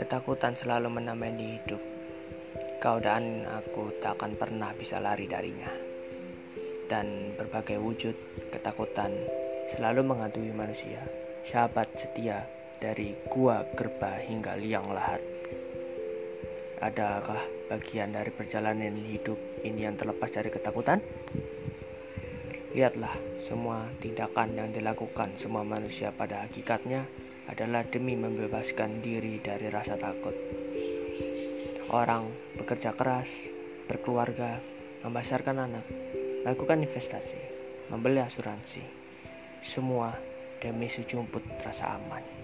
Ketakutan selalu menemani hidup. Kau dan aku tak akan pernah bisa lari darinya. Dan berbagai wujud ketakutan selalu menghantui manusia. Sahabat setia dari gua gerba hingga liang lahat. Adakah bagian dari perjalanan hidup ini yang terlepas dari ketakutan? Lihatlah, semua tindakan yang dilakukan semua manusia pada hakikatnya adalah demi membebaskan diri dari rasa takut. Orang bekerja keras, berkeluarga, membesarkan anak, melakukan investasi, membeli asuransi, semua demi sejumput rasa aman.